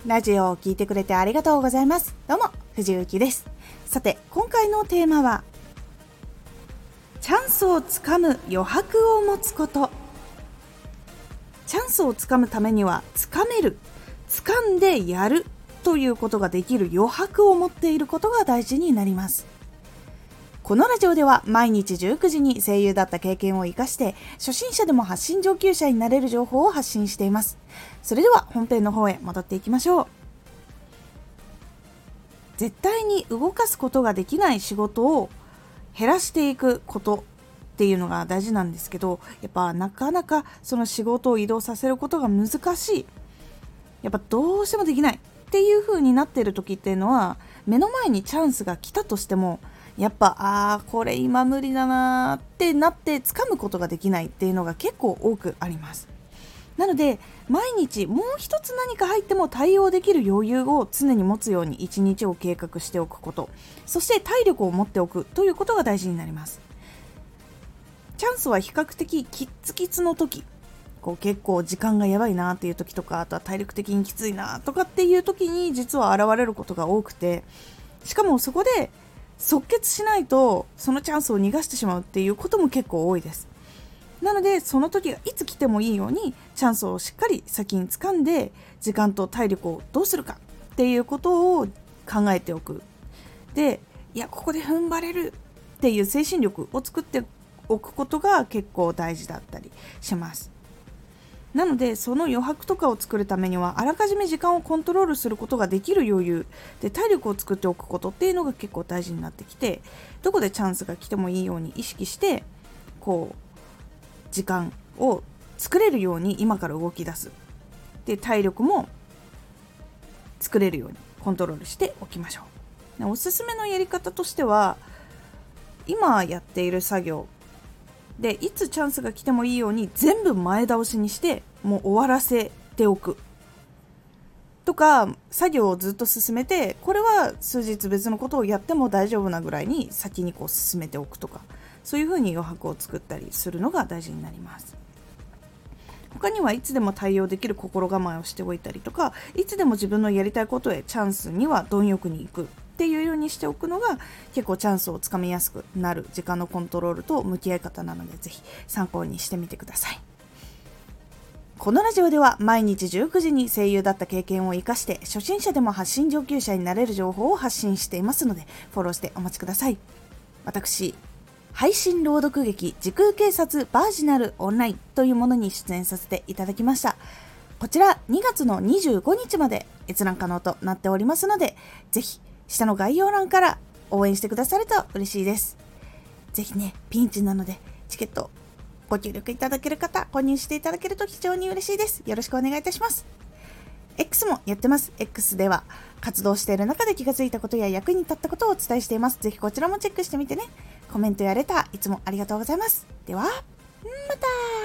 ラジオを聞いてくれてありがとうございます。どうも藤幸です。さて今回のテーマはチャンスをつかむ余白を持つこと。チャンスをつかむためにはつかめる、つかんでやるということができる余白を持っていることが大事になります。このラジオでは毎日19時に声優だった経験を生かして初心者でも発信上級者になれる情報を発信しています。それでは本編の方へ戻っていきましょう。絶対に動かすことができない仕事を減らしていくことっていうのが大事なんですけど、やっぱなかなかその仕事を移動させることが難しい、やっぱどうしてもできないっていう風になっている時っていうのは、目の前にチャンスが来たとしてもやっぱこれ今無理だなってなって掴むことができないっていうのが結構多くあります。なので毎日もう一つ何か入っても対応できる余裕を常に持つように一日を計画しておくこと、そして体力を持っておくということが大事になります。チャンスは比較的キッツキツの時、結構時間がやばいなっていう時とか、あとは体力的にきついなとかっていう時に実は現れることが多くて、しかもそこで即決しないとそのチャンスを逃がしてしまうっていうことも結構多いです。なのでその時がいつ来てもいいようにチャンスをしっかり先に掴んで、時間と体力をどうするかっていうことを考えておく。で、ここで踏ん張れるっていう精神力を作っておくことが結構大事だったりします。なのでその余白とかを作るためにはあらかじめ時間をコントロールすることができる余裕で、体力を作っておくことっていうのが結構大事になってきて、どこでチャンスが来てもいいように意識して時間を作れるように今から動き出す。で、体力も作れるようにコントロールしておきましょう。おすすめのやり方としては、今やっている作業でいつチャンスが来てもいいように全部前倒しにしてもう終わらせておくとか、作業をずっと進めて、これは数日別のことをやっても大丈夫なぐらいに先に進めておくとか、そういうふうに余白を作ったりするのが大事になります。他にはいつでも対応できる心構えをしておいたりとか、いつでも自分のやりたいことへチャンスには貪欲に行くっていうようにしておくのが結構チャンスをつかみやすくなる時間のコントロールと向き合い方なので、ぜひ参考にしてみてください。このラジオでは毎日19時に声優だった経験を生かして初心者でも発信上級者になれる情報を発信していますので、フォローしてお待ちください。私、配信朗読劇時空警察バージナルオンラインというものに出演させていただきました。こちら2月の25日まで閲覧可能となっておりますので、ぜひ下の概要欄から応援してくださると嬉しいです。ぜひね、ピンチなのでチケットご協力いただける方、購入していただけると非常に嬉しいです。よろしくお願いいたします。X もやってます。X では活動している中で気がついたことや役に立ったことをお伝えしています。ぜひこちらもチェックしてみてね。コメントやレターいつもありがとうございます。ではまた。